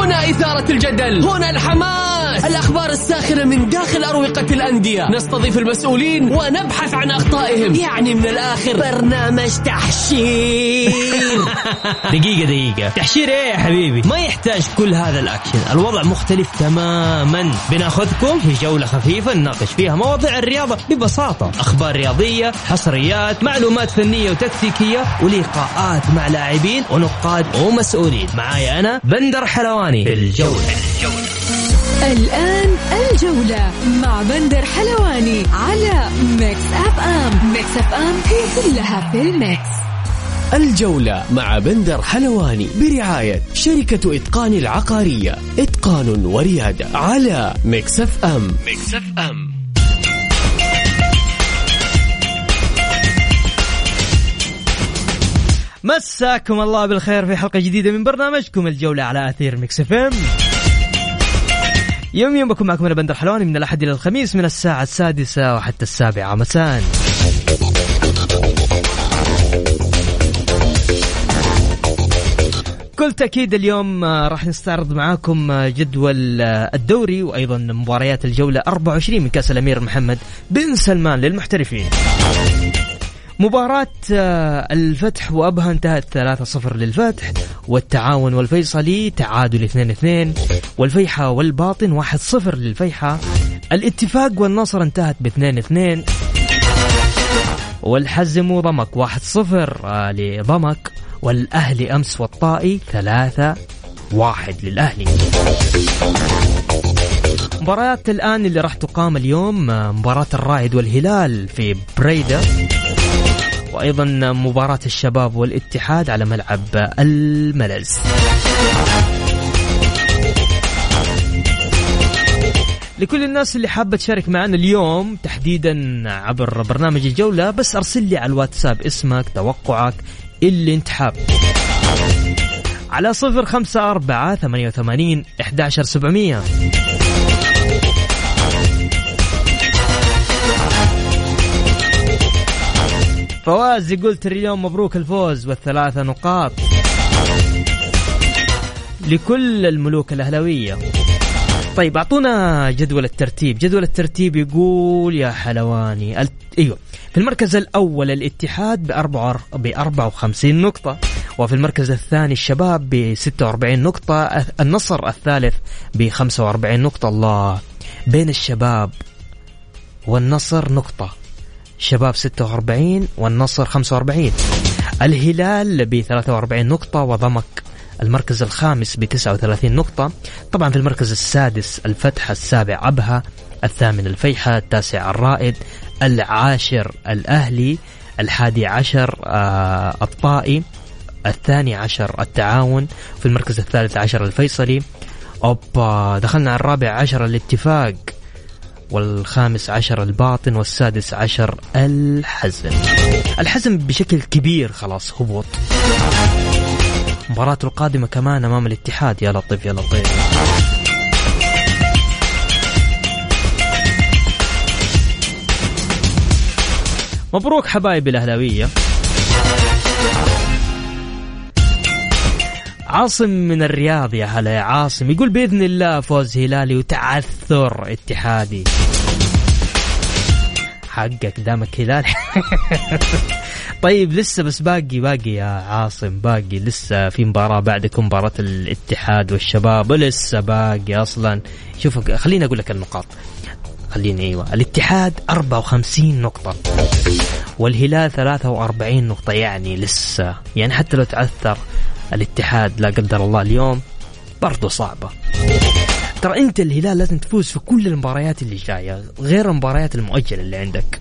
هنا إثارة الجدل، هنا الحماس، الأخبار الساخنة من داخل أروقة الأندية، نستضيف المسؤولين ونبحث عن أخطائهم. يعني من الآخر برنامج تحشير. دقيقة تحشير ايه يا حبيبي؟ ما يحتاج كل هذا الأكشن، الوضع مختلف تماما. بناخذكم في جولة خفيفة نناقش فيها مواضيع الرياضة ببساطة، أخبار رياضية، حصريات، معلومات فنية وتكتيكية، ولقاءات مع لاعبين ونقاد ومسؤولين. معايا أنا بندر حلواني في الجولة. الآن الجولة مع بندر حلواني على ميكس أف أم. ميكس أف أم هي كلها في الميكس. الجولة مع بندر حلواني برعاية شركة إتقان العقارية، إتقان وريادة، على ميكس أف أم. ميكس أف أم. مساكم الله بالخير في حلقة جديدة من برنامجكم الجولة على أثير ميكس أف أم. يوم بكون معكم أنا بندر حلواني من الأحد إلى الخميس من الساعة 6 وحتى 7 مساء. كل تأكيد اليوم راح نستعرض معاكم جدول الدوري وأيضا مباريات الجولة 24 من كأس الأمير محمد بن سلمان للمحترفين. مباراة الفتح وأبها انتهت 3-0 للفتح، والتعاون والفيصلي تعادل 2-2، والفيحة والباطن 1-0 للفيحة. الاتفاق والنصر انتهت ب2-2، والحزم وضمك 1-0 لضمك، والأهلي أمس والطائي 3-1 للأهلي. مباريات الآن اللي راح تقام اليوم: مباراة الرائد والهلال في بريدة، وأيضا مباراة الشباب والاتحاد على ملعب الملز. لكل الناس اللي حابة تشارك معنا اليوم تحديدا عبر برنامج الجولة، بس أرسل لي على الواتساب اسمك، توقعك، اللي انت حاب، على 0548811700. فواز يقول اليوم مبروك الفوز وال3 نقاط لكل الملوك الأهلاوية. طيب أعطونا جدول الترتيب. جدول الترتيب يقول يا حلواني أيوه، في المركز الأول الاتحاد ب54 نقطة، وفي المركز الثاني الشباب ب46 نقطة، النصر الثالث ب45 نقطة. الله، بين الشباب والنصر نقطة، شباب 46 والنصر 45. الهلال ب43 نقطة، وضمك المركز الخامس ب39 نقطة. طبعا في المركز السادس الفتح، السابع أبها، الثامن الفيحة، التاسع الرائد، العاشر الأهلي، 11 الطائي، 12 التعاون، في المركز الثالث 10 الفيصلي. دخلنا على 14 الاتفاق، والخامس 10 الباطن، والسادس 10 الحزم. الحزم بشكل كبير خلاص هبوط. مباراة القادمة كمان أمام الاتحاد. يا لطيف يا لطيف. مبروك حبايبي الأهلاوية. عاصم من الرياض، يا هلا يا عاصم، يقول بإذن الله فوز هلالي وتعثر اتحادي. حقك دامك هلالي. طيب لسه بس باقي يا عاصم، باقي لسه في مباراة بعدكم، مباراة الاتحاد والشباب، لسه باقي أصلا. شوف خليني أقول لك النقاط، أيوة. الاتحاد 54 نقطة، والهلال 43 نقطة، يعني لسه، يعني حتى لو تعثر الاتحاد لا قدر الله اليوم برضو صعبة. ترى انت الهلال لازم تفوز في كل المباريات اللي جاية غير المباريات المؤجلة اللي عندك.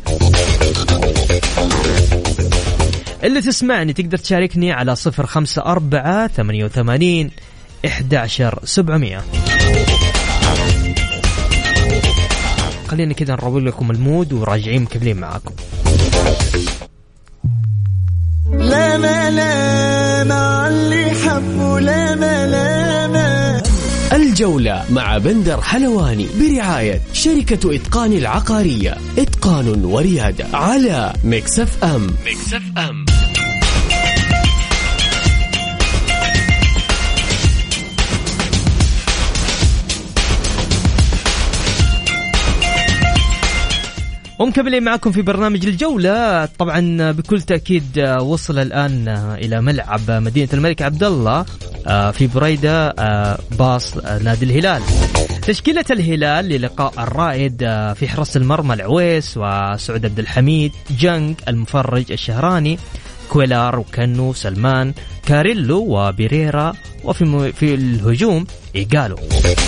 اللي تسمعني تقدر تشاركني على 0548811700. خلينا كده نروي لكم المود وراجعين مكملين معاكم. لا ما لا مع اللي حبوا، لا ما لا ما. الجولة مع بندر حلواني برعاية شركة إتقان العقارية، إتقان وريادة، على ميكس أف أم. ميكس أف أم. ومكملين معكم في برنامج الجولة. طبعا بكل تأكيد وصل الآن إلى ملعب مدينة الملك عبدالله في بريدة باص نادي الهلال. تشكيلة الهلال للقاء الرائد في حراسة المرمى العويس وسعود عبد الحميد، جنق، المفرج، الشهراني، كويلار وكنو، سلمان، كاريلو وبيريرا، وفي الهجوم إيغالو.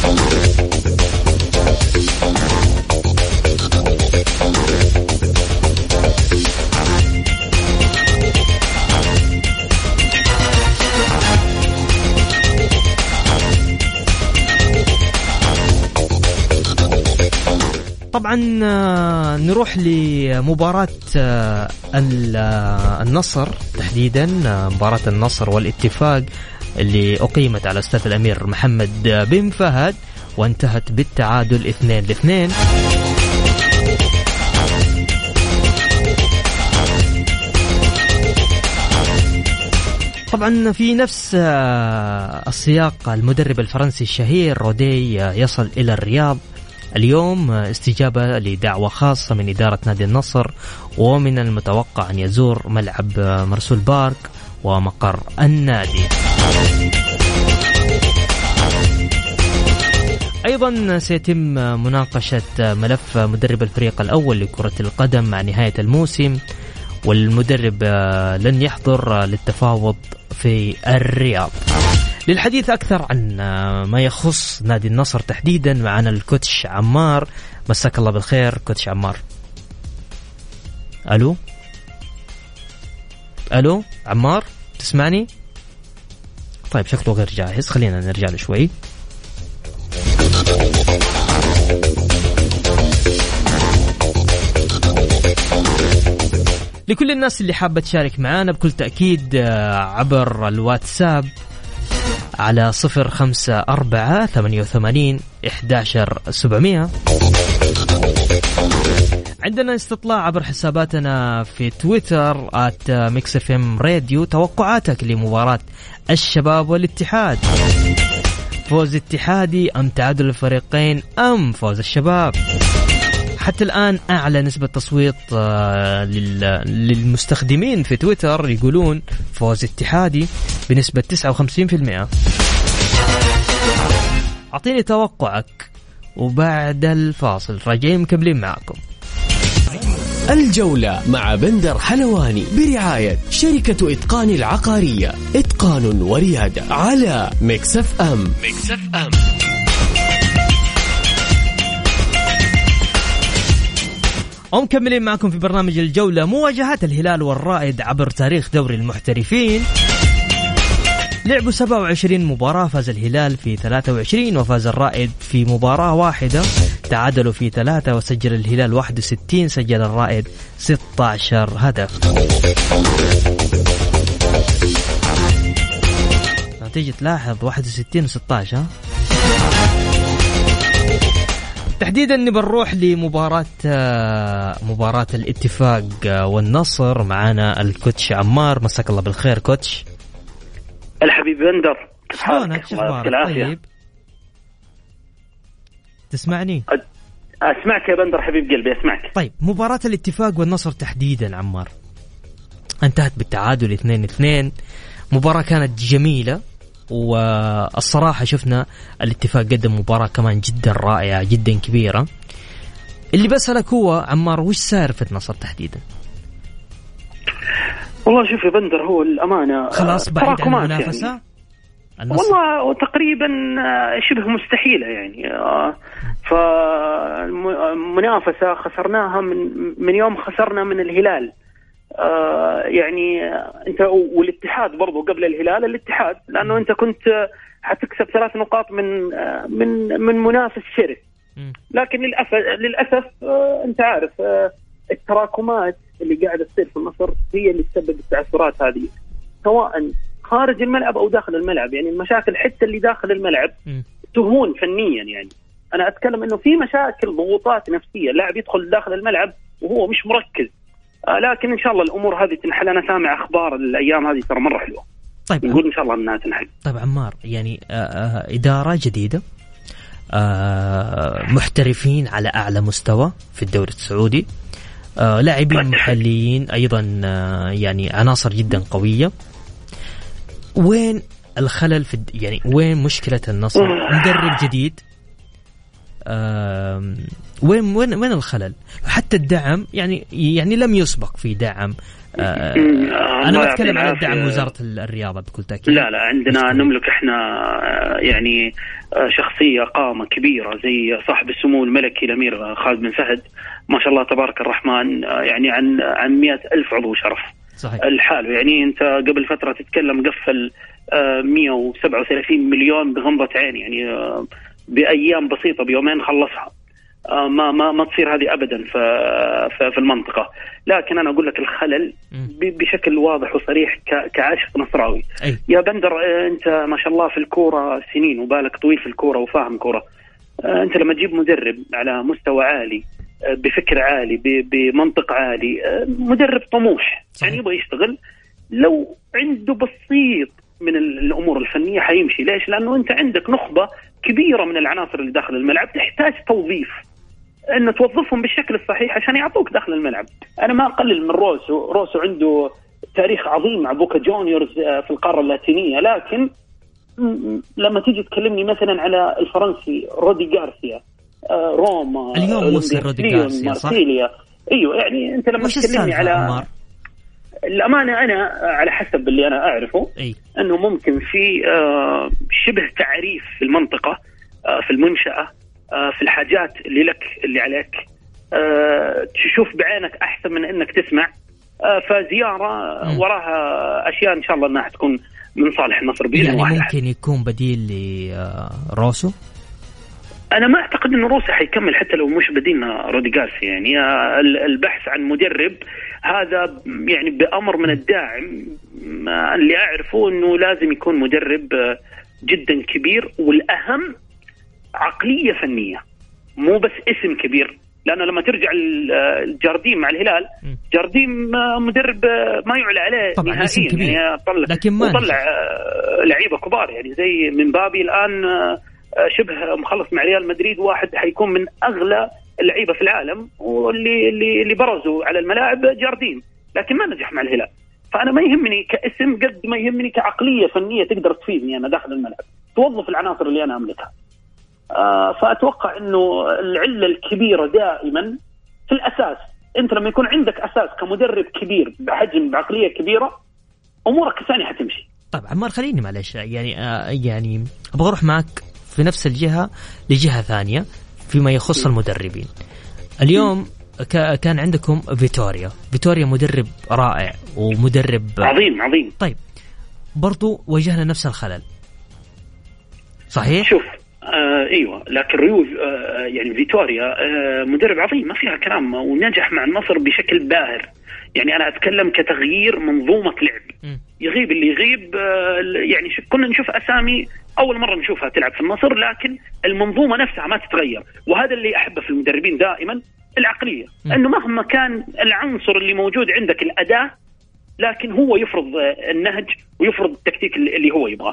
طبعا نروح لمباراة النصر تحديدا، مباراة النصر والاتفاق اللي أقيمت على استاد الأمير محمد بن فهد وانتهت بالتعادل 2-2. طبعا في نفس السياق المدرب الفرنسي الشهير رودي يصل إلى الرياض اليوم استجابة لدعوة خاصة من إدارة نادي النصر، ومن المتوقع أن يزور ملعب مرسول بارك ومقر النادي. أيضا سيتم مناقشة ملف مدرب الفريق الأول لكرة القدم مع نهاية الموسم، والمدرب لن يحضر للتفاوض في الرياض. للحديث أكثر عن ما يخص نادي النصر تحديدا معنا الكوتش عمار. مساك الله بالخير كوتش عمار. ألو عمار تسمعني؟ طيب شكله غير جاهز، خلينا نرجع له شوي. لكل الناس اللي حابة تشارك معنا بكل تأكيد عبر الواتساب على 0548811700. عندنا استطلاع عبر حساباتنا في تويتر @mixfmradio. توقعاتك لمباراة الشباب والاتحاد، فوز اتحادي أم تعادل الفريقين أم فوز الشباب؟ حتى الآن أعلى نسبة تصويت للمستخدمين في تويتر يقولون فوز اتحادي بنسبة 59%. أعطيني توقعك وبعد الفاصل راجعين مكملين معكم. الجولة مع بندر حلواني برعاية شركة إتقان العقارية، إتقان وريادة، على ميكس اف ام. ومكملين معكم في برنامج الجولة. مواجهات الهلال والرائد عبر تاريخ دوري المحترفين. لعبوا 27 مباراة، فاز الهلال في 23 وفاز الرائد في مباراة واحدة. تعادلوا في 3 وسجل الهلال 61، سجل الرائد 16 هدف. تيجي تلاحظ 61 و16 تحديدا. نبي نروح لمباراة الاتفاق والنصر. معانا الكوتش عمار. مساك الله بالخير كوتش. الحبيب بندر، شلونك؟ شخبارك؟ طيب تسمعني؟ أسمعك يا بندر حبيب قلبي، أسمعك. طيب مباراة الاتفاق والنصر تحديدا عمار انتهت بالتعادل 2-2. مباراة كانت جميلة، والصراحة شفنا الاتفاق قدم مباراة كمان جدا رائعة جدا كبيرة. اللي بسألك هو عمار، وش صار في النصر تحديدا؟ والله شوف يا بندر، هو الأمانة خلاص بعيد عن المنافسة يعني. والله تقريبا شبه مستحيلة يعني. فالمنافسة خسرناها من يوم خسرنا من الهلال. يعني انت والاتحاد برضو قبل الهلال الاتحاد، لانه انت كنت حتكسب 3 نقاط من منافس شرس. لكن للاسف انت عارف التراكمات اللي قاعده تصير في النصر هي اللي تسبب التعثرات هذه، سواء خارج الملعب او داخل الملعب. يعني المشاكل حتى اللي داخل الملعب تهون فنيا. يعني انا اتكلم انه في مشاكل، ضغوطات نفسيه، اللاعب يدخل داخل الملعب وهو مش مركز. لكن ان شاء الله الامور هذه تنحل. انا سامع اخبار الايام هذه ترى مره حلوه. طيب نقول ان شاء الله انها تنحل. طيب عمار، يعني اداره جديده، محترفين على أعلى مستوى في الدوري السعودي، لاعبين محليين أيضا، يعني عناصر جدا قوية. وين الخلل في يعني وين مشكلة النصر؟ مدرب جديد، وين الخلل؟ حتى الدعم يعني لم يسبق في دعم. أنا ما أتكلم عن الدعم وزارة الرياضة بكل تأكيد، لا عندنا نملك إحنا يعني شخصية قامة كبيرة زي صاحب السمو الملكي الأمير خالد بن فهد، ما شاء الله تبارك الرحمن، يعني عن 100,000 عضو شرف. صحيح. الحال يعني أنت قبل فترة تتكلم قفل 137 مليون بغمضة عين، يعني بأيام بسيطة، بيومين خلصها. ما تصير هذه أبدا في المنطقة. لكن أنا أقول لك الخلل بشكل واضح وصريح كعاشق نصراوي. يا بندر، أنت ما شاء الله في الكورة سنين وبالك طويل في الكورة وفاهم كورة. أنت لما تجيب مدرب على مستوى عالي، بفكر عالي، بمنطق عالي، مدرب طموح، يعني يبغى يشتغل، لو عنده بسيط من الأمور الفنية حيمشي. ليش؟ لأنه أنت عندك نخبة كبيرة من العناصر اللي داخل الملعب تحتاج توظيف، أن توظفهم بالشكل الصحيح عشان يعطوك داخل الملعب. أنا ما أقلل من روسو عنده تاريخ عظيم مع بوكا جونيورز في القارة اللاتينية، لكن لما تيجي تكلمني مثلا على الفرنسي رودي غارسيا، روما اليوم وصل رودي غارسيا، صح؟ أيوه، يعني أنت لما تكلمني على عمار؟ الأمانة أنا على حسب اللي أنا أعرفه أنه ممكن في شبه تعريف في المنطقة، في المنشأة، في الحاجات اللي لك اللي عليك، تشوف بعينك أحسن من أنك تسمع. فزيارة وراها أشياء إن شاء الله أنها تكون من صالح النصر بإذن يعني واحد. ممكن يكون بديل لروسو. أنا ما أعتقد أنه روسو حيكمل حتى لو مش بديل رودي غارسيا. يعني البحث عن مدرب هذا يعني بأمر من الداعم. اللي أعرفه أنه لازم يكون مدرب جدا كبير، والأهم عقلية فنية، مو بس اسم كبير. لأنه لما ترجع الجارديم مع الهلال، جارديم مدرب ما يعلى عليه نهائيا، يعني طلع لعيبة كبار، يعني زي من بابي الآن شبه مخلص مع ريال مدريد، واحد حيكون من أغلى اللعيبة في العالم، واللي برزوا على الملاعب جارديم، لكن ما نجح مع الهلال. فأنا ما يهمني كاسم قد ما يهمني كعقلية فنية تقدر تفيدني أنا داخل الملعب، توظف العناصر اللي أنا أملكها. فأتوقع أنه العلة الكبيرة دائما في الأساس. أنت لما يكون عندك أساس كمدرب كبير بحجم بعقلية كبيرة، أمورك ثانية حتمشي. طبعا عمار، خليني معلش يعني أبغى أروح معك في نفس الجهة لجهة ثانية فيما يخص المدربين. اليوم كان عندكم فيتوريا مدرب رائع ومدرب عظيم. طيب برضو واجهنا نفس الخلل، صحيح؟ شوف ايوه، لكن ريو يعني فيتوريا مدرب عظيم ما فيها كلام، ونجح مع النصر بشكل باهر. يعني انا اتكلم كتغيير منظومه لعب. يغيب اللي يغيب، يعني كنا نشوف اسامي اول مره نشوفها تلعب في النصر، لكن المنظومه نفسها ما تتغير. وهذا اللي احبه في المدربين دائما، العقليه، انه مهما كان العنصر اللي موجود عندك الاداه، لكن هو يفرض النهج ويفرض التكتيك اللي هو يبغاه.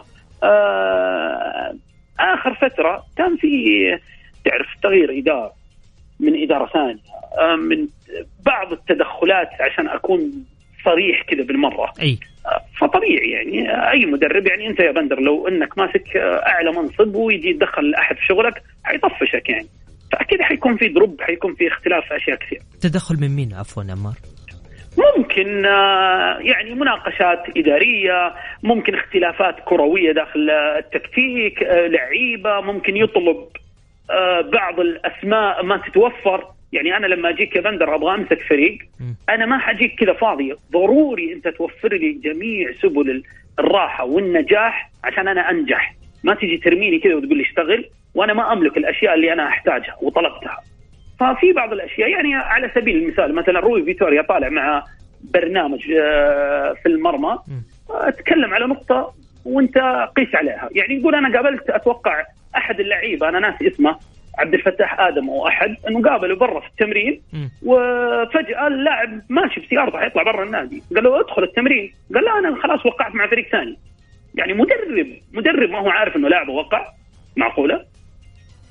آخر فترة كان في تعرف تغيير إدارة من إدارة ثانية، من بعض التدخلات، عشان أكون صريح كذا بالمرة. فطبيعي يعني أي مدرب، يعني أنت يا بندر لو أنك ماسك أعلى منصب ويجي يدخل أحد في شغلك حيطفشك يعني، فأكيد حيكون في ضرب، حيكون في اختلاف في أشياء كثير. تدخل من مين عفوا عمار؟ ممكن يعني مناقشات إدارية، ممكن اختلافات كروية داخل التكتيك، لعيبة ممكن يطلب بعض الأسماء ما تتوفر. يعني أنا لما أجيك يا بندر أبغى أمسك فريق، أنا ما حجيك كذا فاضية، ضروري أنت توفر لي جميع سبل الراحة والنجاح عشان أنا أنجح. ما تيجي ترميني كذا وتقول لي اشتغل وأنا ما أملك الأشياء اللي أنا أحتاجها وطلبتها. ففي بعض الأشياء، يعني على سبيل المثال مثلا روي فيتوريا طالع مع برنامج في المرمى، أتكلم على نقطة وانت قيس عليها. يعني يقول أنا قابلت أتوقع أحد اللعيبة، أنا ناس اسمه عبد الفتاح آدم أو أحد، أنه قابله برا في التمرين، وفجأة اللاعب ماشي بسيارته حيطلع برا النادي، قال له ادخل التمرين، قال لا أنا خلاص وقعت مع فريق ثاني. يعني مدرب ما هو عارف أنه لاعب وقع، معقولة؟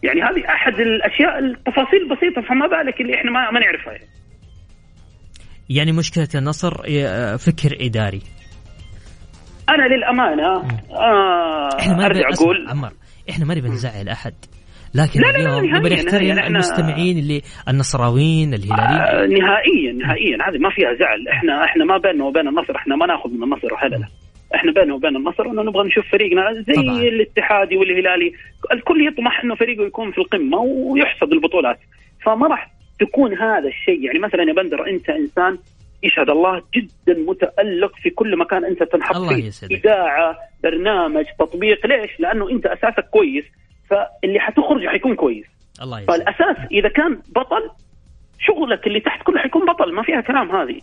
يعني هذه أحد الأشياء التفاصيل البسيطة، فما بالك اللي إحنا ما نعرفها. يعني مشكلة النصر فكر إداري. أنا للأمانة أرجع أقول عمار إحنا ما نبي نزعل أحد، لكن اليوم نبي نحترم المستمعين اللي النصراويين الهلاليين. نهائيا هذه ما فيها زعل. إحنا ما بيننا وبين النصر، إحنا ما ناخذ من النصر وهذا لا. إحنا بيننا وبين النصر إنه نبغى نشوف فريقنا زي طبعا. الاتحادي والهلالي الكل يطمح إنه فريقه يكون في القمة ويحصد البطولات، فما راح تكون هذا الشيء. يعني مثلا يا بندر أنت إنسان يشهد الله جدا متألق في كل مكان أنت تنحط فيه، إذاعة، برنامج، تطبيق. ليش؟ لأنه أنت أساسك كويس، فاللي حتخرج حيكون كويس. فالأساس إذا كان بطل شغلك اللي تحت كله حيكون بطل، ما فيها كلام هذه.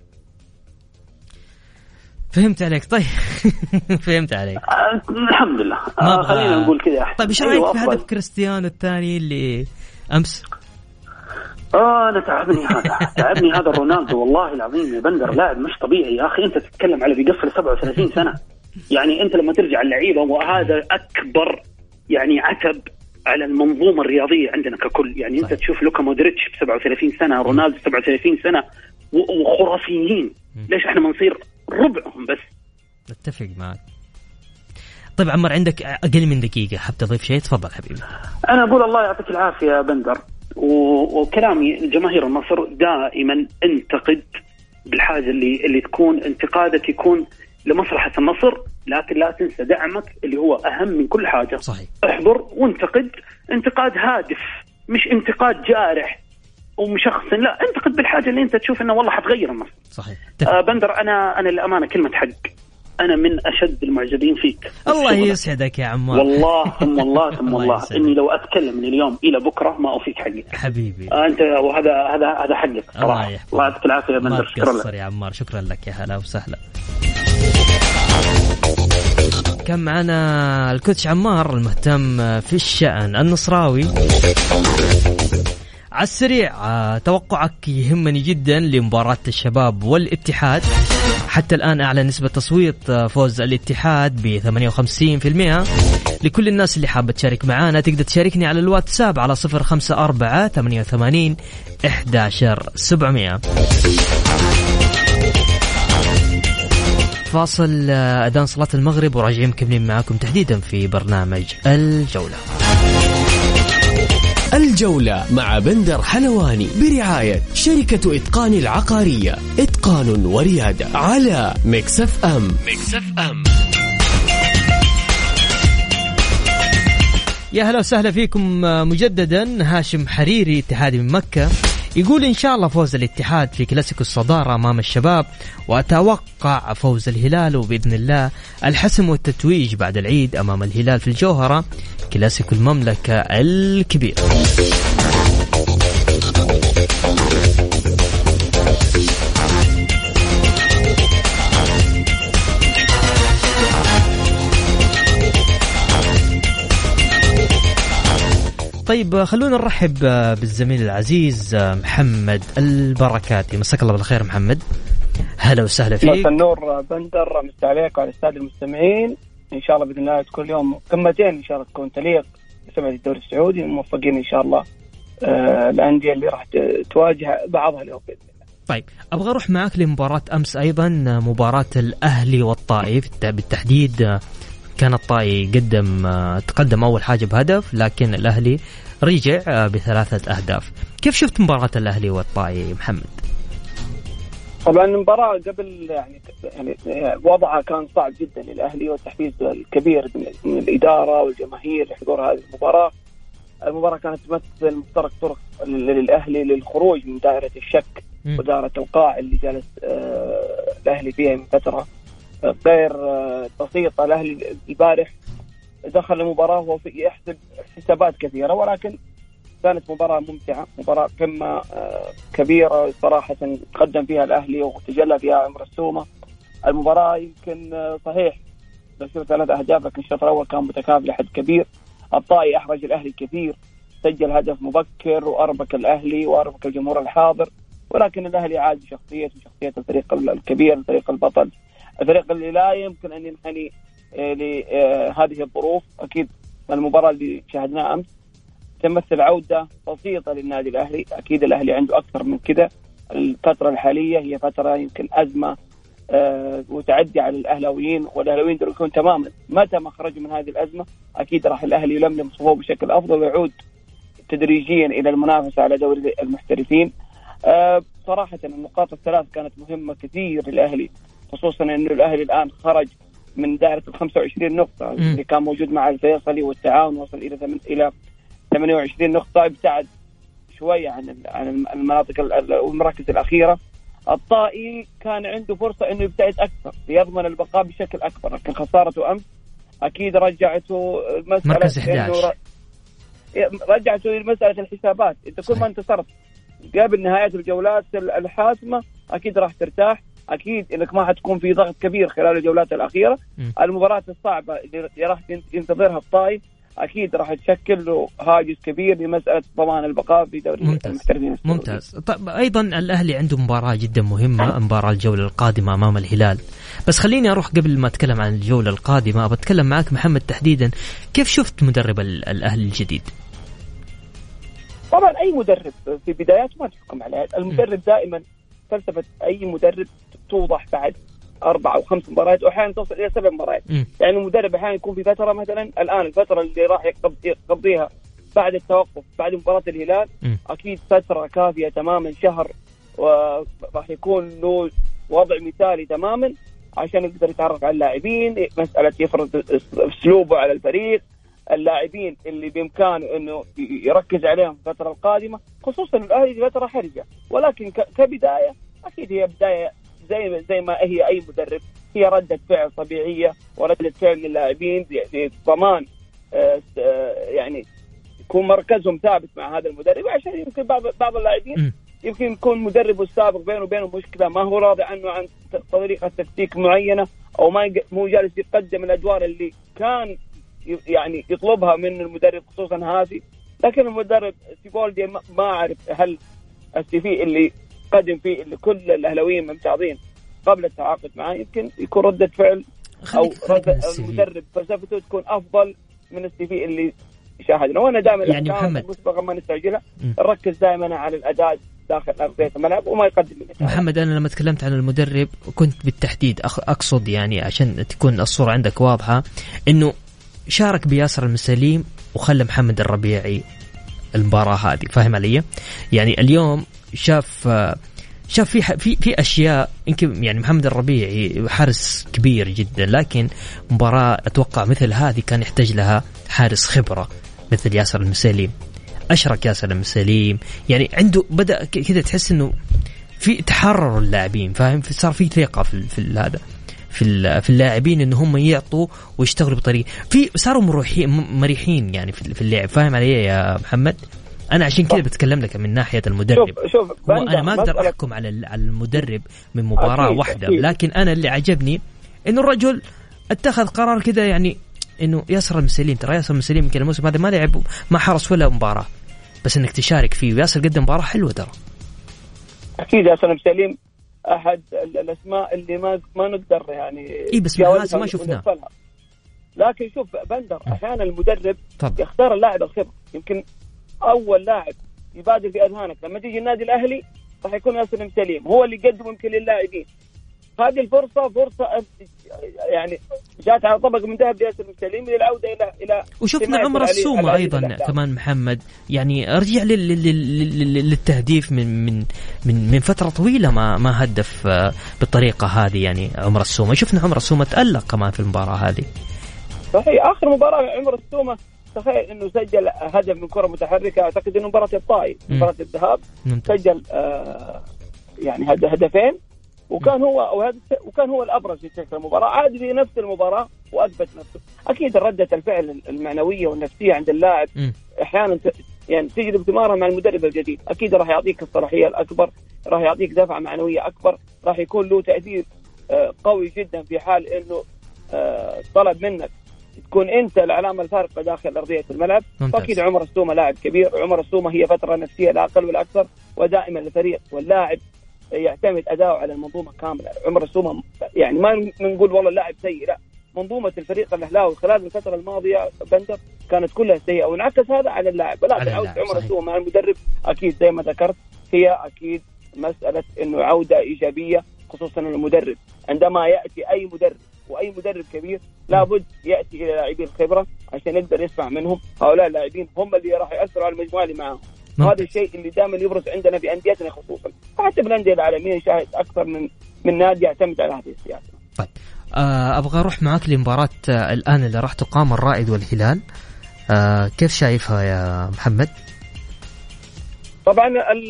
فهمت عليك. طيب فهمت عليك. الحمد لله. خلينا نقول كذا. طيب ايش رايك في هدف كريستيانو الثاني اللي امس؟ أنا تعبني هذا رونالدو والله العظيم يا بندر، لاعب مش طبيعي يا أخي. أنت تتكلم على بيقفل 37 سنة. يعني أنت لما ترجع اللعيبة، وهذا أكبر يعني عتب على المنظومة الرياضية عندنا ككل. يعني صحيح. أنت تشوف لوكا مودريتش ب37 سنة، رونالدو 37 سنة، وخرافيين. ليش احنا ما نصير ربعهم بس؟ نتفق معك. طيب عمر عندك أقل من دقيقة، حاب تضيف شيء؟ تفضل حبيبي. أنا أقول الله يعطيك العافية يا بندر، وكلامي الجماهير النصر دائما انتقد بالحاجة اللي تكون انتقادك يكون لمصلحة النصر، لكن لا تنسى دعمك اللي هو أهم من كل حاجة. صحيح. احضر وانتقد انتقاد هادف، مش انتقاد جارح ومشخص، لا، انتقد بالحاجة اللي انت تشوف انه والله حتغير النصر. صحيح. بندر أنا للأمانة كلمة حق، أنا من أشد المعجبين فيك. الله يسعدك يا عمار. والله ثم الله ثم الله إني لو أتكلم من اليوم إلى بكرة ما أوفيك حقك حبيبي. أنت وهذا حقك صراحة. الله يعطيك العافية يا بندر. شكرا لك يا عمار. شكرا لك، يا هلا وسهلا. كان معنا الكوتش عمار المهتم في الشأن النصراوي. على السريع توقعك يهمني جدا لمباراة الشباب والاتحاد. حتى الآن أعلى نسبة تصويت فوز الاتحاد ب 58%. لكل الناس اللي حابة تشارك معانا تقدر تشاركني على الواتساب على 054-88-11700. فاصل أذان صلاة المغرب وراجعين مكملين معاكم تحديدا في برنامج الجولة. الجولة مع بندر حلواني برعاية شركة إتقان العقارية، إتقان وريادة، على ميكس اف ام. يا هلا وسهلا فيكم مجددا. هاشم حريري اتحادي من مكة يقول إن شاء الله فوز الاتحاد في كلاسيكو الصدارة أمام الشباب، وأتوقع فوز الهلال، وبإذن الله الحسم والتتويج بعد العيد أمام الهلال في الجوهرة، كلاسيكو المملكة الكبير. طيب خلونا نرحب بالزميل العزيز محمد البركاتي. مساك الله بالخير محمد. هلا وسهلا فيك. مساء النور بندر، مساء عليك وعلى السادة المستمعين. إن شاء الله بإذن الله تكون اليوم قمتين إن شاء الله تكون تليق بسمعة الدوري السعودي، وموفقين إن شاء الله الأندية اللي راح تواجه بعضها اليوم بإذن الله. طيب أبغى أروح معك لمباراة أمس، أيضا مباراة الأهلي والطائف بالتحديد. كان الطائي تقدم أول حاجة بهدف، لكن الأهلي رجع ب3 أهداف. كيف شفت مباراة الأهلي والطائي محمد؟ طبعا المباراة قبل يعني وضعها كان صعب جدا للأهلي، والتحفيز الكبير من الإدارة والجماهير لحضور هذه المباراة. المباراة كانت تمثل مفترق طرق للأهلي للخروج من دائرة الشك ودائرة القاع اللي جالس الأهلي فيها من فترة غير بسيطة. الأهلي البارح دخل المباراة وهو يحسب حسابات كثيرة، ولكن كانت مباراة ممتعة، مباراة قمة كبيرة صراحة تقدم فيها الأهلي وتجلى فيها عمر السومة. المباراة يمكن صحيح بشوف 3 أهداف، لكن الشوط الأول كان متكافئ لحد كبير. الطائي أحرج الأهلي كثير، سجل هدف مبكر وأربك الأهلي وأربك الجمهور الحاضر، ولكن الأهلي عاد بشخصية الفريق الكبير، الفريق البطل، الفريق اللي لا يمكن أن ينحني لهذه الظروف. أكيد المباراة اللي شاهدناها أمس تمثل عودة بسيطة للنادي الأهلي. أكيد الأهلي عنده أكثر من كذا. الفترة الحالية هي فترة يمكن أزمة وتعدي على الأهلاويين، والأهلاويين يدركون تماما متى ما خرجوا من هذه الأزمة أكيد راح الأهلي يلملم صفوفه بشكل أفضل ويعود تدريجيا إلى المنافسة على دوري المحترفين. صراحة النقاط الثلاث كانت مهمة كثير للأهلي، خصوصا أنه الأهلي الآن خرج من دائرة 25 نقطة اللي كان موجود مع الفيصلي والتعاون، وصل إلى 28 نقطة، ابتعد شوية عن المناطق والمراكز الأخيرة. الطائي كان عنده فرصة إنه يبتعد أكثر ليضمن البقاء بشكل أكبر، لكن خسارته أمس أكيد رجعته مسألة رجعته لمسألة الحسابات. أنت كل ما انتصرت قبل نهاية الجولات الحاسمة أكيد راح ترتاح، أكيد إنك ما حتكون في ضغط كبير خلال الجولات الأخيرة. المباراة الصعبة اللي راح ينتظرها الطائي أكيد راح تشكل له هاجس كبير لمسألة ضمان البقاء في دوري المحترفين. ممتاز. طيب أيضا الأهلي عنده مباراة جدا مهمة، مباراة الجولة القادمة أمام الهلال. بس خليني أروح قبل ما أتكلم عن الجولة القادمة بتكلم معك محمد تحديدا، كيف شفت مدرب الأهلي الجديد؟ طبعا أي مدرب في بداياته ما تحكم عليه، المدرب دائما فلسفة أي مدرب توضح بعد 4 أو 5 مباريات، وأحيانا تصل إلى 7 مباريات. يعني المدرب أحيانا يكون في فترة، مثلا الآن الفترة اللي راح يقضيها بعد التوقف بعد مباراة الهلال أكيد فترة كافية تماما، شهر، وراح يكون له وضع مثالي تماما عشان يقدر يتعرف على اللاعبين، مسألة يفرض أسلوبه على الفريق، اللاعبين اللي بإمكانه إنه يركز عليهم في الفترة القادمة، خصوصا الأهلي في فترة حرجة. ولكن كبداية أكيد هي بداية زي ما هي أي مدرب، هي ردة فعل طبيعية وردة فعل للاعبين ضمان يعني يكون مركزهم ثابت مع هذا المدرب، عشان يمكن بعض اللاعبين يمكن يكون مدربه السابق بينه وبينه مشكلة، ما هو راضي عنه عن طريقة تكتيك معينة، أو مو جالس يقدم الأدوار اللي كان يعني يطلبها من المدرب خصوصا هذه. لكن المدرب سيبولدي ما أعرف هل السيفي اللي قدم فيه اللي كل الأهلاويين ممتازين قبل التعاقد معه يمكن يكون ردة فعل أو المدرب فلسفته تكون أفضل من السيفي اللي شاهدنا. وأنا دائما يعني محمد مسبقا ما نستعجلها، نركز دائما على الأداء داخل أرضية الملعب وما يقدم. محمد أنا لما تكلمت عن المدرب كنت بالتحديد أقصد يعني عشان تكون الصورة عندك واضحة إنه شارك بياسر المسليم وخلى محمد الربيعي المباراة هذه، فاهم علي؟ يعني اليوم شاف في أشياء يمكن يعني محمد الربيعي حارس كبير جدا، لكن مباراة أتوقع مثل هذه كان يحتاج لها حارس خبرة مثل ياسر المسليم. أشرك ياسر المسليم يعني عنده بدأ كذا تحس إنه في تحرر اللاعبين، فاهم؟ صار في ثقة في هذا في اللاعبين إن هم يعطوا ويشتغلوا بطريقة، في صاروا مريحين يعني في اللعب، فاهم علي يا محمد؟ أنا عشان كذا بتكلم لك من ناحية المدرب. شوف أنا ما أقدر أحكم على المدرب من مباراة واحدة، لكن أنا اللي عجبني إنه الرجل اتخذ قرار كذا، يعني إنه ياسر المسليم، ترى ياسر المسليم يمكن الموسم هذا ما لعب ما حرص ولا مباراة، بس إنك تشارك فيه، وياسر قدم مباراة حلوة ترى. أكيد ياسر المسليم أحد الأسماء اللي ما نقدر يعني بس ما شفناه. لكن شوف بندر أحيانا المدرب يختار اللاعب الخبرة، يمكن أول لاعب يبادر في أذهانك لما تيجي النادي الأهلي راح يكون ياسر المسليم، هو اللي يقدم يمكن للاعبين هذه الفرصة يعني جات على طبق من ذهب ياسر المسليم للعودة إلى وشفنا عمر السومة أيضا كمان محمد، يعني رجع للتهديف من فترة طويلة ما هدف بالطريقة هذه. يعني عمر السومة شفنا عمر السومة تألق كمان في المباراة هذه. صحيح آخر مباراة عمر السومة تخيل إنه سجل هدف من كرة متحركة، أعتقد إنه مباراة الطائي مباراة الذهاب سجل يعني هدفين، وكان هو الأبرز في تلك المباراة، عاد في نفس المباراة وأثبت نفسه. أكيد ردة الفعل المعنوية والنفسية عند اللاعب أحيانا يعني تجد ثمارها مع المدرب الجديد، أكيد راح يعطيك الصلاحية الأكبر، راح يعطيك دفعة معنوية أكبر، راح يكون له تأثير قوي جدا في حال إنه طلب منك تكون أنت العلامة الفارقة داخل أرضية الملعب. فأكيد عمر السومة لاعب كبير، عمر السومة هي فترة نفسية لا أقل ولا أكثر، ودائما الفريق واللاعب يعتمد أداؤه على المنظومة كاملة. عمر السومة يعني ما نقول والله اللاعب سيء، لا منظومه الفريق الاهلاوي خلال الفتره الماضيه بندر كانت كلها سيئه، وانعكس هذا على اللاعب. ولكن عوده عمر السوء مع المدرب اكيد زي ما ذكرت هي اكيد مساله انه عوده ايجابيه، خصوصا المدرب عندما ياتي اي مدرب واي مدرب كبير لابد ياتي الى لاعبين الخبره عشان يقدر يسمع منهم. هؤلاء اللاعبين هم اللي راح ياثروا على المجموعه اللي معهم. هذا الشيء اللي دائما يبرز عندنا في انديتنا خصوصا، حتى بالانديه العالميه نشاهد اكثر من نادي يعتمد على هذه السياسه. طيب ابغى اروح معك لمباراه الان اللي راح تقام الرائد والهلال، كيف شايفها يا محمد؟ طبعا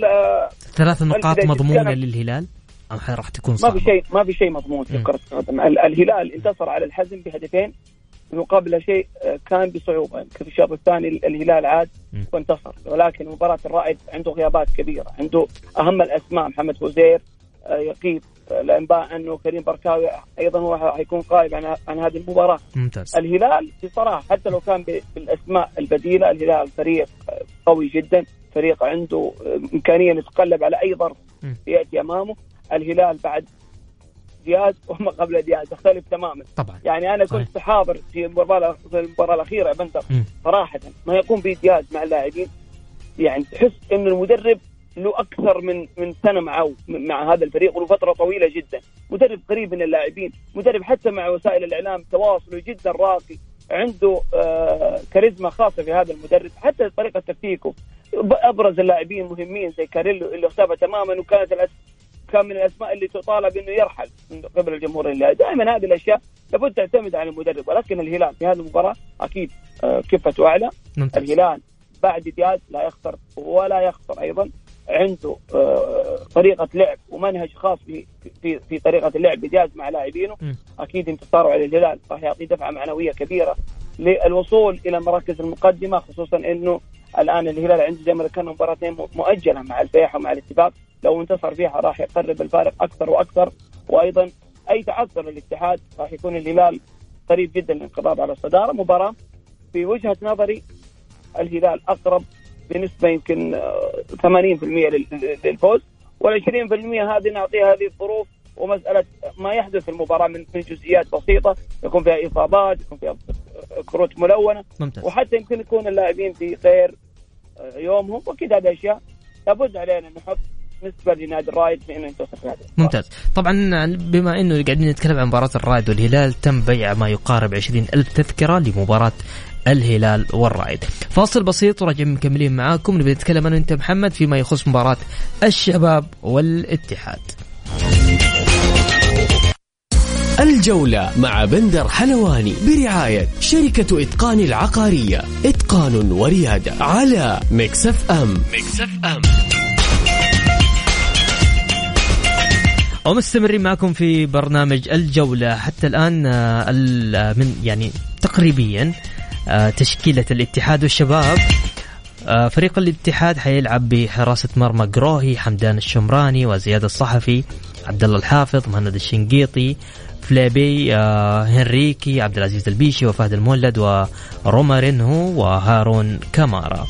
3 نقاط مضمونه للهلال أم راح تكون صعبة؟ ما في شيء مضمون في كرة القدم. الهلال انتصر على الحزم بهدفين، مقابل شيء كان بصعوبة. في الشوط الثاني الهلال عاد وانتصر، ولكن مباراة الرائد عنده غيابات كبيرة، عنده أهم الأسماء محمد فوزير يقيب، الانباء انه كريم بركاوي ايضا هو حيكون غائب عن هذه المباراه. ممتاز. الهلال بصراحه حتى لو كان بالاسماء البديله، الهلال فريق قوي جدا، فريق عنده امكانيه يتقلب على اي ظرف ياتي امامه. الهلال بعد دياز وما قبل دياز تختلف تماما طبعا. يعني انا كنت حاضر في المباراه الاخيره يا بندر، صراحه ما يقوم به دياز مع اللاعبين، يعني تحس انه المدرب له أكثر من سنة مع هذا الفريق ولفترة طويلة جدا، مدرب قريب من اللاعبين، مدرب حتى مع وسائل الإعلام تواصله جدا راقي، عنده كاريزما خاصة في هذا المدرب، حتى طريقة تكتيكه. أبرز اللاعبين مهمين زي كاريلو اللي اختفى تماما، كان من الأسماء اللي تطالب إنه يرحل من قبل الجمهور الهلالي. دائما هذه الأشياء لابد تعتمد على المدرب، ولكن الهلال في هذه المباراة أكيد كفته أعلى. الهلال بعد دياز لا يخسر ولا يخسر أيضا، عنده طريقة لعب ومنهج خاص في طريقة اللعب بدياز مع لاعبينه. أكيد انتصاره على الهلال راح يعطي دفعة معنوية كبيرة للوصول إلى مراكز المقدمة، خصوصا إنه الآن الهلال عنده زي ما ذكرنا مباراتين مؤجلة مع الفيحاء ومع الاتفاق، لو انتصر فيها راح يقرب الفارق أكثر وأكثر. وأيضا أي تعثر للاتحاد راح يكون الهلال قريب جدا للانقضاض على الصدارة. مباراة في وجهة نظري الهلال أقرب بنسبة يمكن 80% للفوز، وال20% هذه نعطيها هذه الظروف ومسألة ما يحدث في المباراة من جزئيات بسيطة، يكون فيها إصابات، يكون فيها كروت ملونة. ممتاز. وحتى يمكن يكون اللاعبين في خير يومهم، وكذا هذه أشياء لابد علينا نحط نسبة لنادي الرائد في إنه ينتصر في هذا. ممتاز. طبعا بما إنه قاعدين نتكلم عن مباراة الرائد والهلال، تم بيع ما يقارب 20,000 تذكرة لمباراة الهلال والرائد. فاصل بسيط وراجع مكملين معاكم، نبي نتكلم أنا وأنت محمد فيما يخص مباراة الشباب والاتحاد. الجولة مع بندر حلواني برعاية شركة إتقان العقارية، إتقان وريادة، على ميكس اف ام. ومستمرين معكم في برنامج الجولة. حتى الآن من يعني تقريبا تشكيلة الاتحاد والشباب. فريق الاتحاد حيلعب بحراسة مرمى قروهي، حمدان الشمراني، وزياد الصحفي، عبد الله الحافظ، مهند الشنقيطي، فليبي، هنريكي، عبد العزيز البيشي، وفهد المولد، ورومارينهو، وهارون كامارا.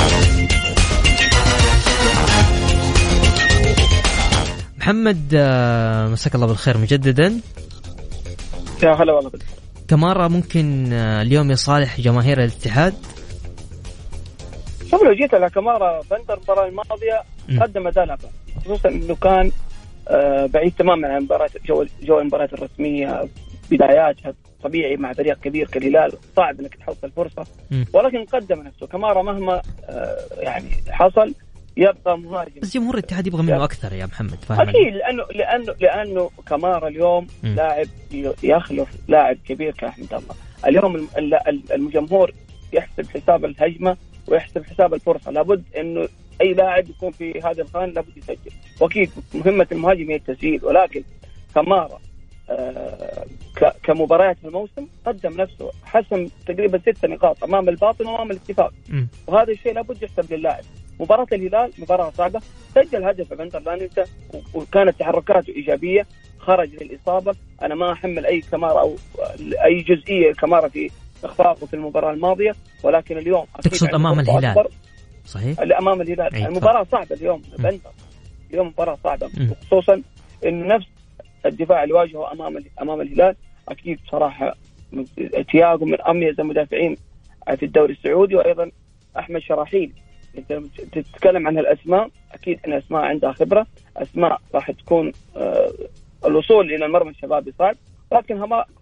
محمد مساك الله بالخير مجددا. يا هلا والله. كامارا ممكن اليوم يصالح جماهير الاتحاد؟ شوف لو جيت على كامارا بندر المباراة الماضية قدم أداء، خصوصا إنه كان بعيد تماما عن مباراة جو المباراة الرسمية، بداياتها طبيعي مع فريق كبير كالهلال صعب إنك تحصل فرصة، ولكن قدم نفسه. كامارا مهما يعني حصل يبقى مهاجم، بس جمهور الاتحاد يبغى منه أكثر يا محمد. أكيد لأنه كامارا اليوم لاعب يخلف لاعب كبير كأحمد الله. اليوم الجمهور يحسب حساب الهجمة ويحسب حساب الفرصة، لابد إنه أي لاعب يكون في هذا الخان لابد يسجل، وأكيد مهمة المهاجم هي التسجيل. ولكن كامارا كمباريات في الموسم قدم نفسه، حسم تقريبا 6 نقاط أمام الباطن وأمام الاتفاق، وهذا الشيء لابد يحسب للاعب. مباراة الهلال مباراة صعبة، سجل هدف بندر لا ننسى، وكانت تحركاته إيجابية، خرج للإصابة. أنا ما أحمل أي كامارا أو أي جزئية كامارا في إخفاقه في المباراة الماضية، ولكن اليوم تقصد أمام الهلال صحيح؟ أمام الهلال المباراة صعبة اليوم بندر، اليوم مباراة صعبة، وخصوصا إنه نفس الدفاع اللي واجهه أمام الهلال أكيد صراحة تياغو من أميز المدافعين في الدوري السعودي، وأيضا أحمد شراحيل. أنت تتكلم عن الأسماء، أكيد أن أسماء عندها خبرة، أسماء راح تكون الوصول إلى المرمى الشبابي صعب، لكن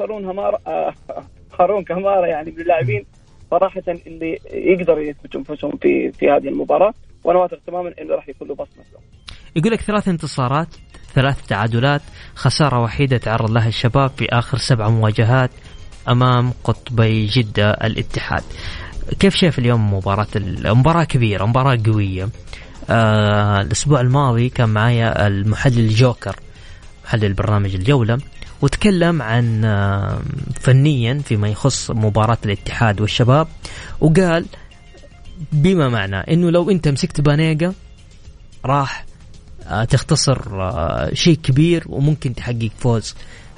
هارون كمارة يعني من اللاعبين صراحة اللي يقدروا يثبتوا أنفسهم في هذه المباراة، وأنا واثق تماما إنه راح يكون له بصمة. يقول لك 3 انتصارات 3 تعادلات، خسارة وحيدة تعرض لها الشباب في آخر 7 مواجهات أمام قطبي جدة الاتحاد. كيف شايف اليوم مباراة كبيرة، مباراة قوية؟ الأسبوع الماضي كان معايا المحلل جوكر محلل برنامج الجولة، وتكلم عن فنيا فيما يخص مباراة الاتحاد والشباب، وقال بما معنى إنه لو أنت مسكت بانيجا راح تختصر شيء كبير وممكن تحقق فوز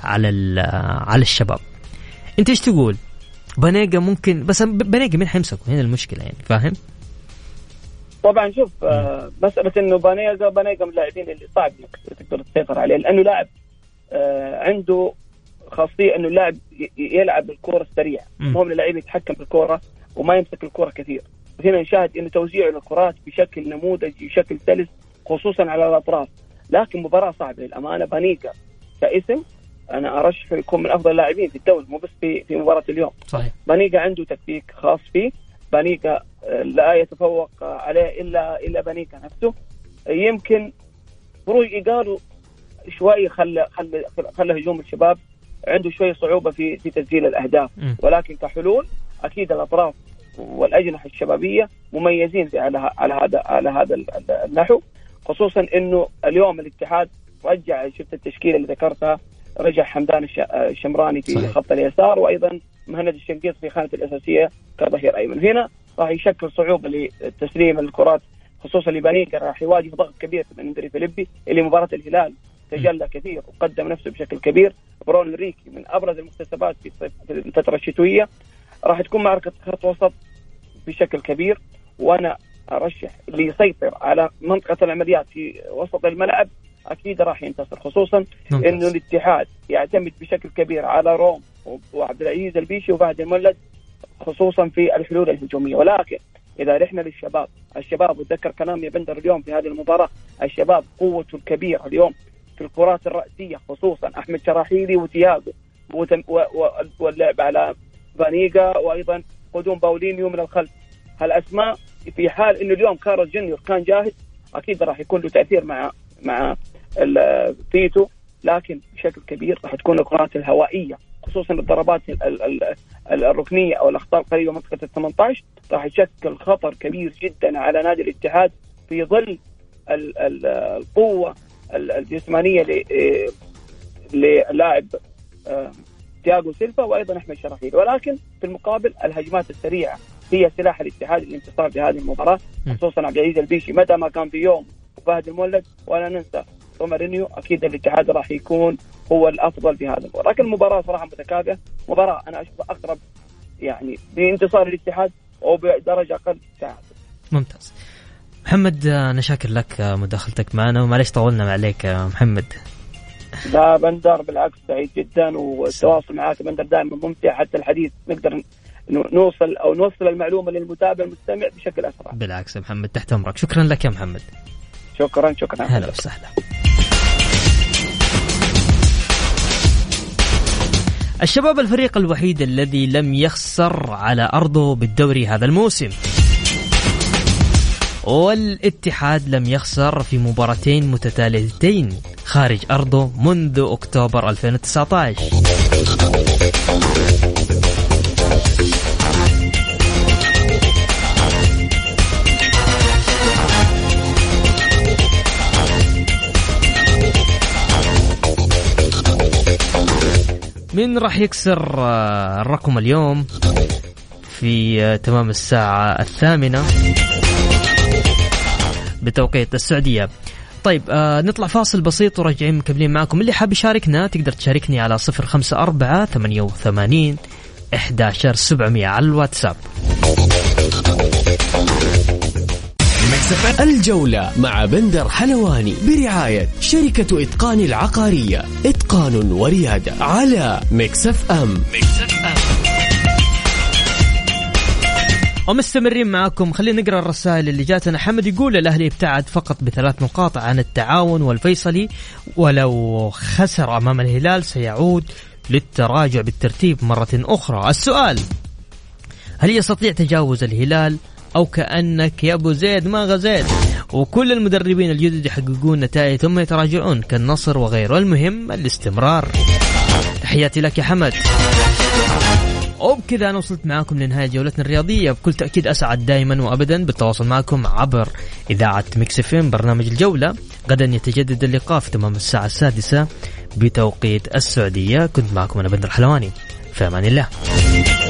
على الشباب. أنت إيش تقول؟ بانيجا ممكن، بس بانيجا مين حيمسكه؟ هنا المشكلة يعني، فاهم؟ طبعا شوف، مسألة إنه بانيجا من اللاعبين اللي صعب إنك تقدر تسيطر عليه، لأنه لاعب عنده خاصية إنه اللاعب يلعب بالكرة السريعة، مو من اللاعب يتحكم بالكرة وما يمسك الكرة كثير. هنا نشاهد إنه توزيع الكرات بشكل نموذجي بشكل سلس، خصوصا على الأطراف. لكن مباراة صعبة للأمانة. بانيجا كاسم أنا أرشح يكون من أفضل اللاعبين في الدوري، مو بس في مباراة اليوم. صحيح. بانيجا عنده تكتيك خاص فيه، بانيجا لا يتفوق عليه إلا بانيجا نفسه. يمكن بروي قالوا شوي خلى هجوم الشباب عنده شوية صعوبة في تسجيل الأهداف، ولكن كحلول أكيد الأطراف والأجنحة الشبابية مميزين على هذا النحو، خصوصا إنه اليوم الاتحاد رجع، شفت التشكيلة اللي ذكرتها، رجع حمدان الشمراني في خط اليسار، وأيضا مهند الشنقيط في خانة الأساسية كظهير أيمن. هنا راح يشكل صعوبة لتسليم الكرات، خصوصا لبانيجا راح يواجه ضغط كبير من اندري فيليبي اللي مباراة الهلال تجلى كثير وقدم نفسه بشكل كبير. برون ريكي من أبرز المكتسبات في الفترة الشتوية. راح تكون معركة خط وسط بشكل كبير، وأنا أرشح اللي يسيطر على منطقة العمليات في وسط الملعب أكيد راح ينتصر، خصوصا إنه الاتحاد يعتمد بشكل كبير على روم وعبد العزيز البيشي وفهد المولد، خصوصا في الحلول الهجومية. ولكن إذا رحنا للشباب، الشباب وتذكر كلام يا بندر اليوم في هذه المباراة، الشباب قوته الكبيرة اليوم في الكرات الرأسية، خصوصا أحمد شراحيلي وتياغو، واللعب على بانيجا، وأيضا قدوم باولينيو من الخلف. هالأسماء في حال إنه اليوم كارل جونيور كان جاهز أكيد راح يكون له تأثير مع تيتو، لكن بشكل كبير راح تكون الكرات الهوائية، خصوصا الضربات الركنية أو الأخطاء قريبة منطقة 18 راح يشكل خطر كبير جدا على نادي الاتحاد في ظل القوة الجسمانية للاعب تياغو سيلفا وأيضا أحمد شراحيل. ولكن في المقابل الهجمات السريعة هي سلاح الاتحاد الانتصار في هذه المباراة، خصوصا عبد العزيز البيشي متى ما كان في يوم، وفهد المولد، ولا ننسى رومارينيو. أكيد الاتحاد راح يكون هو الأفضل في هذا المباراة. لكن المباراة صراحة متكافئة، مباراة أنا أشوف أقرب يعني بانتصار الاتحاد أو بدرجة أقل تعادل. ممتاز. محمد أنا شاكر لك مداخلتك معنا، ومعليش طولنا عليك محمد. لا بندر، بالعكس سعيد جدا، والتواصل معك بندر دائما ممتع، حتى الحديث نقدر نوصل المعلومة للمتابع المستمع بشكل أسرع. بالعكس يا محمد، تحت أمرك. شكرا لك يا محمد. شكرا. هلا وسهلا. الشباب الفريق الوحيد الذي لم يخسر على أرضه بالدوري هذا الموسم، والاتحاد لم يخسر في مباراتين متتاليتين خارج أرضه منذ أكتوبر 2019. من راح يكسر الرقم اليوم في تمام الساعة 8 بتوقيت السعودية؟ طيب نطلع فاصل بسيط وراجعين مكملين معكم. اللي حاب يشاركنا تقدر تشاركني على 054-88-11700 على الواتساب. الجولة مع بندر حلواني برعاية شركة إتقان العقارية، إتقان وريادة، على ميكس اف ام. ومستمرين معاكم. خلينا نقرأ الرسائل اللي جاتنا. حمد يقول الأهلي ابتعد فقط ب3 نقاط عن التعاون والفيصلي، ولو خسر أمام الهلال سيعود للتراجع بالترتيب مرة أخرى. السؤال: هل يستطيع تجاوز الهلال أو كأنك يا أبو زيد ما غزيت وكل المدربين الجدد يحققون نتائج ثم يتراجعون كالنصر وغيره؟ المهم الاستمرار. تحياتي لك يا حمد. وبكذا أنا وصلت معاكم لنهاية جولتنا الرياضية. بكل تأكيد أسعد دائما وأبدا بالتواصل معكم عبر إذاعة ميكس اف ام برنامج الجولة. غدا يتجدد اللقاء في تمام الساعة 6 بتوقيت السعودية. كنت معكم أنا بندر حلواني، في أمان الله.